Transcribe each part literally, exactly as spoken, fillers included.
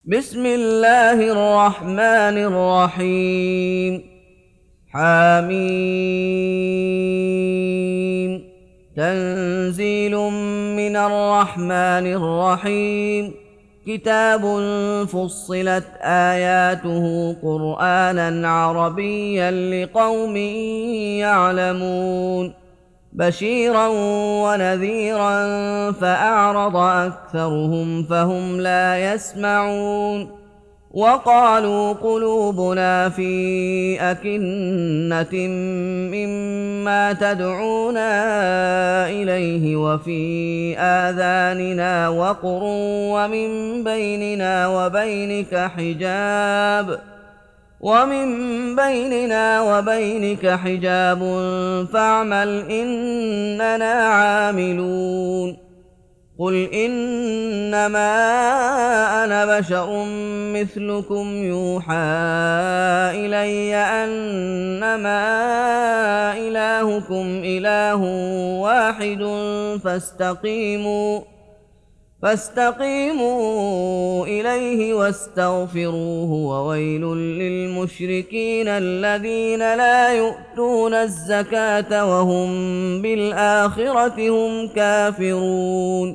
بسم الله الرحمن الرحيم. حميم. تنزيل من الرحمن الرحيم. كتاب فصلت آياته قرآنا عربيا لقوم يعلمون بشيرا ونذيرا فأعرض أكثرهم فهم لا يسمعون وقالوا قلوبنا في أكنة مما تدعونا إليه وفي آذاننا وقر ومن بيننا وبينك حجاب ومن بيننا وبينك حجاب فاعمل إننا عاملون. قل إنما أنا بشر مثلكم يوحى إلي أنما إلهكم إله واحد فاستقيموا فاستقيموا إليه واستغفروه وويل للمشركين الذين لا يؤتون الزكاة وهم بالآخرة هم كافرون.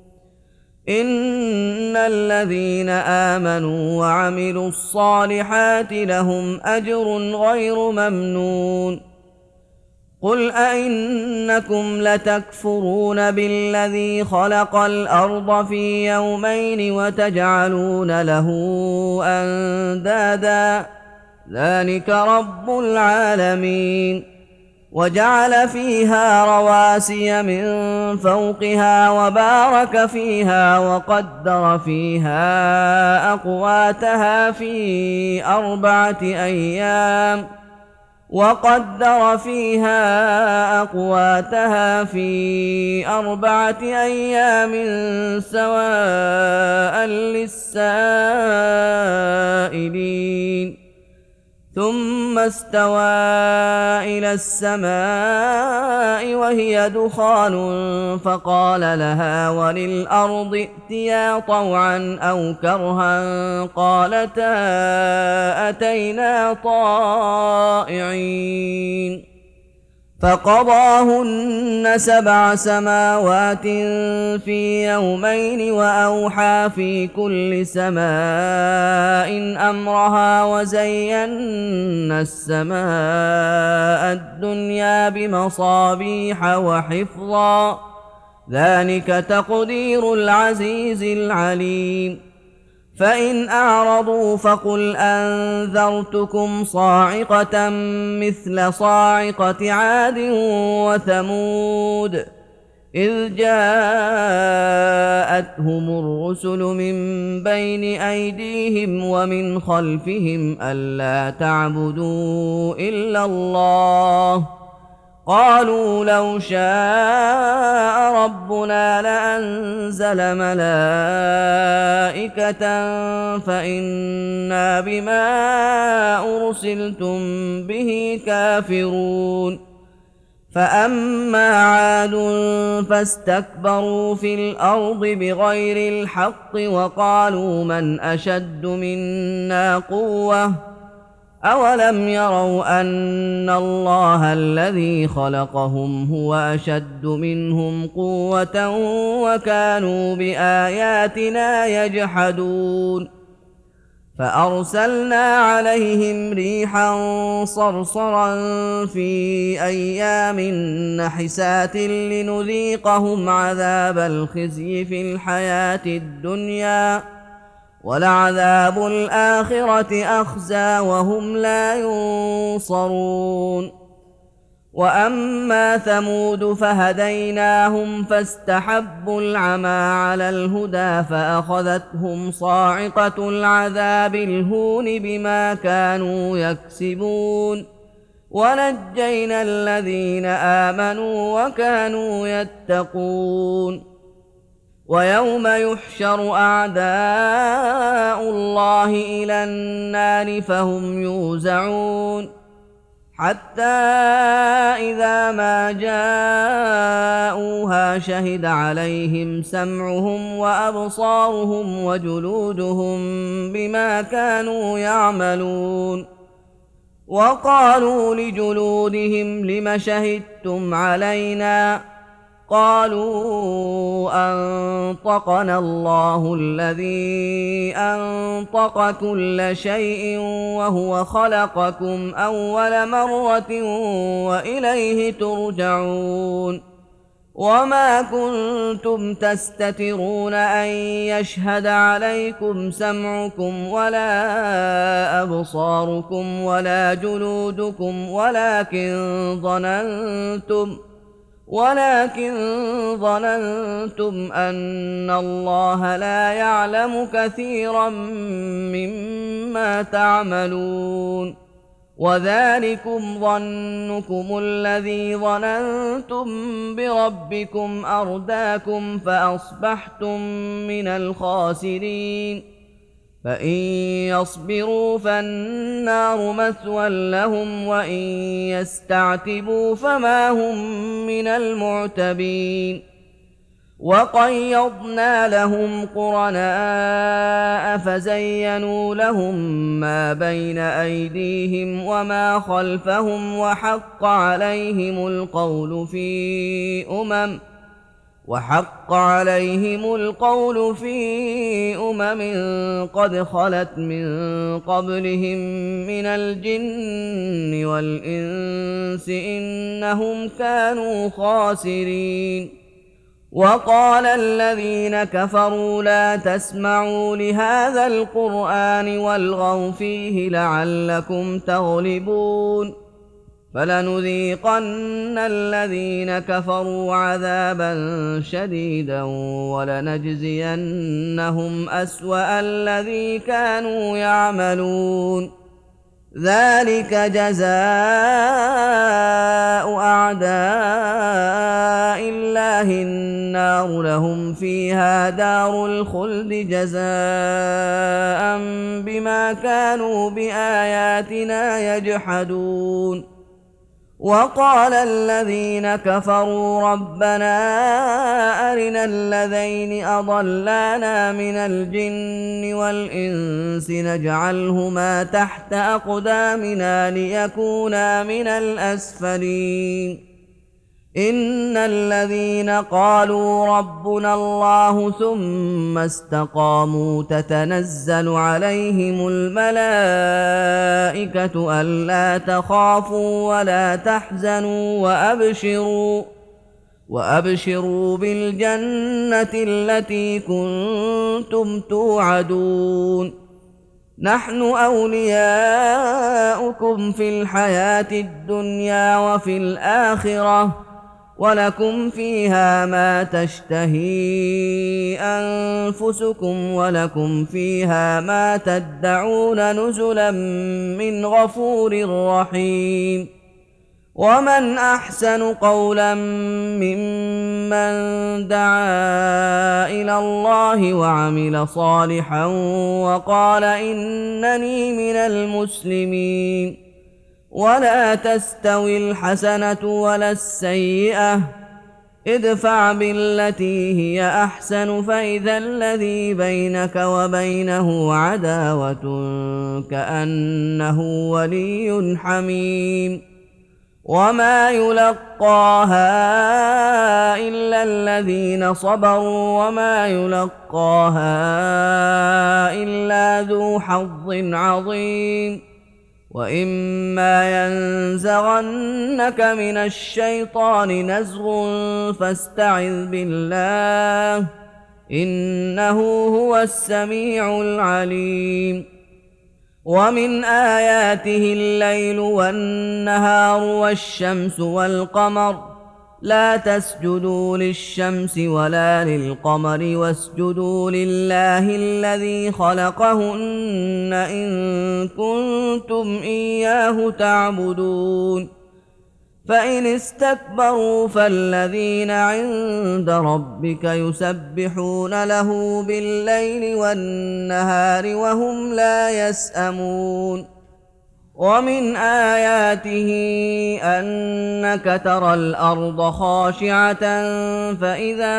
إن الذين آمنوا وعملوا الصالحات لهم أجر غير ممنون. قل أئنكم لتكفرون بالذي خلق الأرض في يومين وتجعلون له أندادا ذلك رب العالمين. وجعل فيها رواسي من فوقها وبارك فيها وقدر فيها أقواتها في أربعة أيام وقدر فيها أقواتها في أربعة أيام سواء للسائلين. ثم استوى إلى السماء وهي دخان فقال لها وللأرض ائتيا طوعا أو كرها قالتا أتينا طائعين. فقضاهن سبع سماوات في يومين وأوحى في كل سماء أمرها وزينا السماء الدنيا بمصابيح وحفظا ذلك تقدير العزيز العليم. فإن أعرضوا فقل أنذرتكم صاعقة مثل صاعقة عاد وثمود إذ جاءتهم الرسل من بين أيديهم ومن خلفهم ألا تعبدوا إلا الله قالوا لو شاء ربنا لأنزل ملائكة فإنا بما أرسلتم به كافرون. فأما عاد فاستكبروا في الأرض بغير الحق وقالوا من أشد منا قوة أولم يروا أن الله الذي خلقهم هو أشد منهم قوة وكانوا بآياتنا يجحدون. فأرسلنا عليهم ريحا صرصرا في أيام نحسات لنذيقهم عذاب الخزي في الحياة الدنيا ولعذاب الآخرة أخزى وهم لا ينصرون. وأما ثمود فهديناهم فاستحبوا العمى على الهدى فأخذتهم صاعقة العذاب الهون بما كانوا يكسبون ونجينا الذين آمنوا وكانوا يتقون. ويوم يحشر أعداء الله إلى النار فهم يوزعون حتى إذا ما جاءوها شهد عليهم سمعهم وأبصارهم وجلودهم بما كانوا يعملون. وقالوا لجلودهم لم شهدتم علينا؟ قالوا أنطقنا الله الذي أنطق كل شيء وهو خلقكم أول مرة وإليه ترجعون. وما كنتم تستترون أن يشهد عليكم سمعكم ولا أبصاركم ولا جلودكم ولكن ظننتم ولكن ظننتم أن الله لا يعلم كثيرا مما تعملون. وذلكم ظنكم الذي ظننتم بربكم أرداكم فأصبحتم من الخاسرين. فإن يصبروا فالنار مثوى لهم وإن يستعتبوا فما هم من المعتبين. وقيضنا لهم قرناء فزينوا لهم ما بين أيديهم وما خلفهم وحق عليهم القول في أمم وحق عليهم القول في أمم قد خلت من قبلهم من الجن والإنس إنهم كانوا خاسرين. وقال الذين كفروا لا تسمعوا لهذا القرآن والغوا فيه لعلكم تغلبون. فلنذيقن الذين كفروا عذابا شديدا ولنجزينهم أسوأ الذي كانوا يعملون. ذلك جزاء أعداء الله النار لهم فيها دار الخلد جزاء بما كانوا بآياتنا يجحدون. وقال الذين كفروا ربنا أرنا الذين أضلانا من الجن والإنس نجعلهما تحت أقدامنا ليكونا من الأسفلين. إن الذين قالوا ربنا الله ثم استقاموا تتنزل عليهم الملائكة ألا تخافوا ولا تحزنوا وأبشروا وأبشروا بالجنة التي كنتم توعدون. نحن أولياؤكم في الحياة الدنيا وفي الآخرة ولكم فيها ما تشتهي أنفسكم ولكم فيها ما تدعون نزلا من غفور رحيم. ومن أحسن قولا ممن دعا إلى الله وعمل صالحا وقال إنني من المسلمين. ولا تستوي الحسنة ولا السيئة ادفع بالتي هي أحسن فإذا الذي بينك وبينه عداوة كأنه ولي حميم. وما يلقاها إلا الذين صبروا وما يلقاها إلا ذو حظ عظيم. وإما ينزغنك من الشيطان نزغ فاستعذ بالله إنه هو السميع العليم. ومن آياته الليل والنهار والشمس والقمر لا تسجدوا للشمس ولا للقمر واسجدوا لله الذي خلقهن إن كنتم إياه تعبدون. فإن استكبروا فالذين عند ربك يسبحون له بالليل والنهار وهم لا يسأمون. ومن آياته أنك ترى الأرض خاشعة فإذا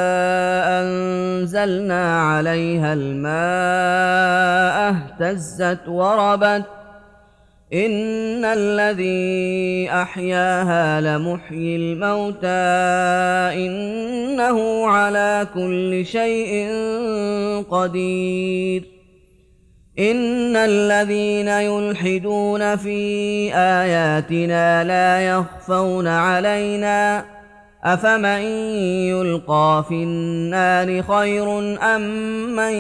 أنزلنا عليها الماء اهتزت وربت إن الذي أحياها لمحيي الموتى إنه على كل شيء قدير إن الذين يلحدون في آياتنا لا يخفون علينا أفمن يلقى في النار خير أم من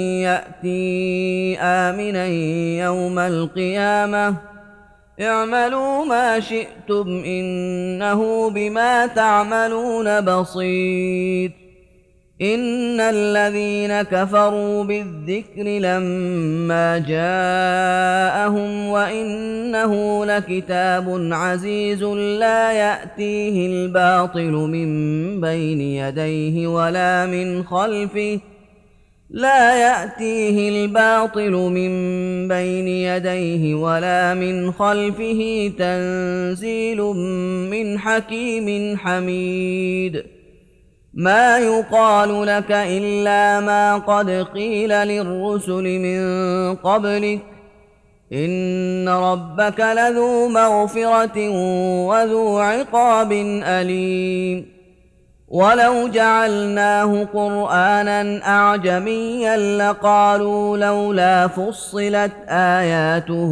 يأتي آمنا يوم القيامة اعملوا ما شئتم إنه بما تعملون بصير إن الذين كفروا بالذكر لما جاءهم وإنه لكتاب عزيز لا يأتيه الباطل من بين يديه ولا من خلفه لا يأتيه الباطل من بين يديه ولا من خلفه تنزيل من حكيم حميد ما يقال لك إلا ما قد قيل للرسل من قبلك إن ربك لذو مغفرة وذو عقاب أليم ولو جعلناه قرآنا أعجميا لقالوا لولا فصلت آياته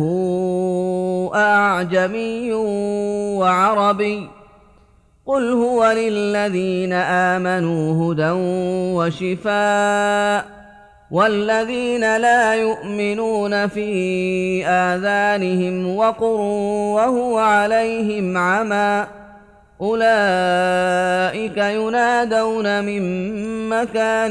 أعجمي وعربي قل هو للذين آمنوا هدى وشفاء والذين لا يؤمنون في آذانهم وقر وهو عليهم عمى أولئك ينادون من مكان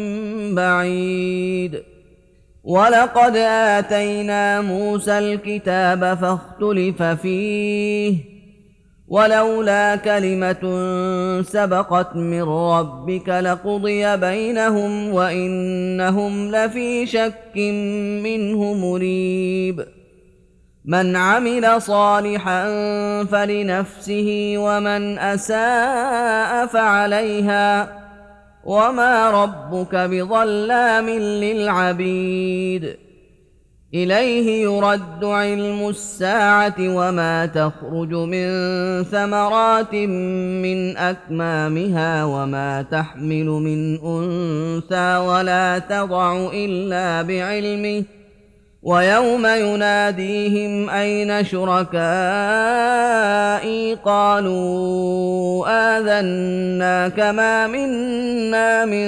بعيد ولقد آتينا موسى الكتاب فاختلف فيه ولولا كلمة سبقت من ربك لقضي بينهم وإنهم لفي شك منه مريب من عمل صالحا فلنفسه ومن أساء فعليها وما ربك بظلام للعبيد إليه يرد علم الساعة وما تخرج من ثمرات من أكمامها وما تحمل من أنثى ولا تضع إلا بعلمه ويوم يناديهم أين شركائي قالوا آذناك ما منا من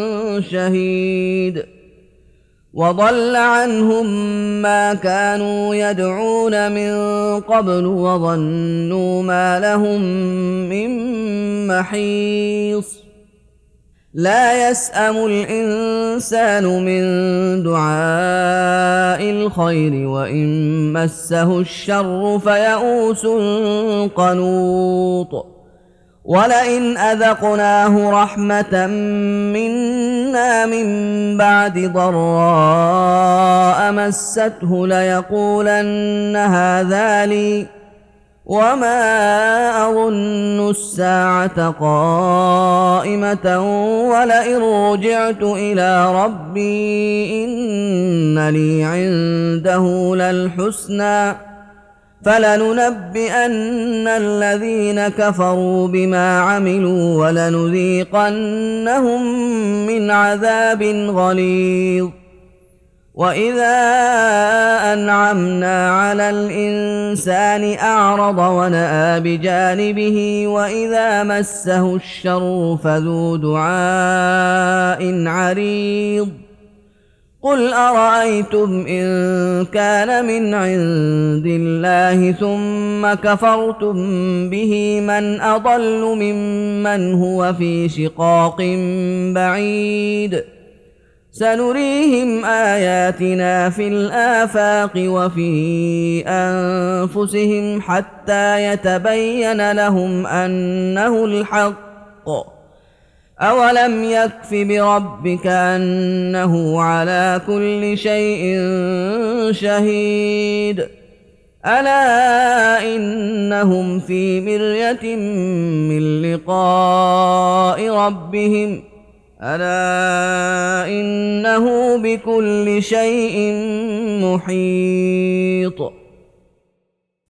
شهيد وضل عنهم ما كانوا يدعون من قبل وظنوا ما لهم من محيص لا يسأم الإنسان من دعاء الخير وإن مسه الشر فيئوس قنوط ولئن أذقناه رحمة منا من بعد ضراء مسته ليقولن هذا لي وما أظن الساعة قائمة ولئن رجعت إلى ربي إن لي عنده للحسنى فلننبئن الذين كفروا بما عملوا ولنذيقنهم من عذاب غليظ وإذا أنعمنا على الإنسان أعرض ونأى بجانبه وإذا مسه الشر فذو دعاء عريض قل أرأيتم إن كان من عند الله ثم كفرتم به من أضل ممن هو في شقاق بعيد سنريهم آياتنا في الآفاق وفي أنفسهم حتى يتبين لهم أنه الحق أولم يكف بربك أنه على كل شيء شهيد ألا إنهم في مرية من لقاء ربهم ألا إنه بكل شيء محيط.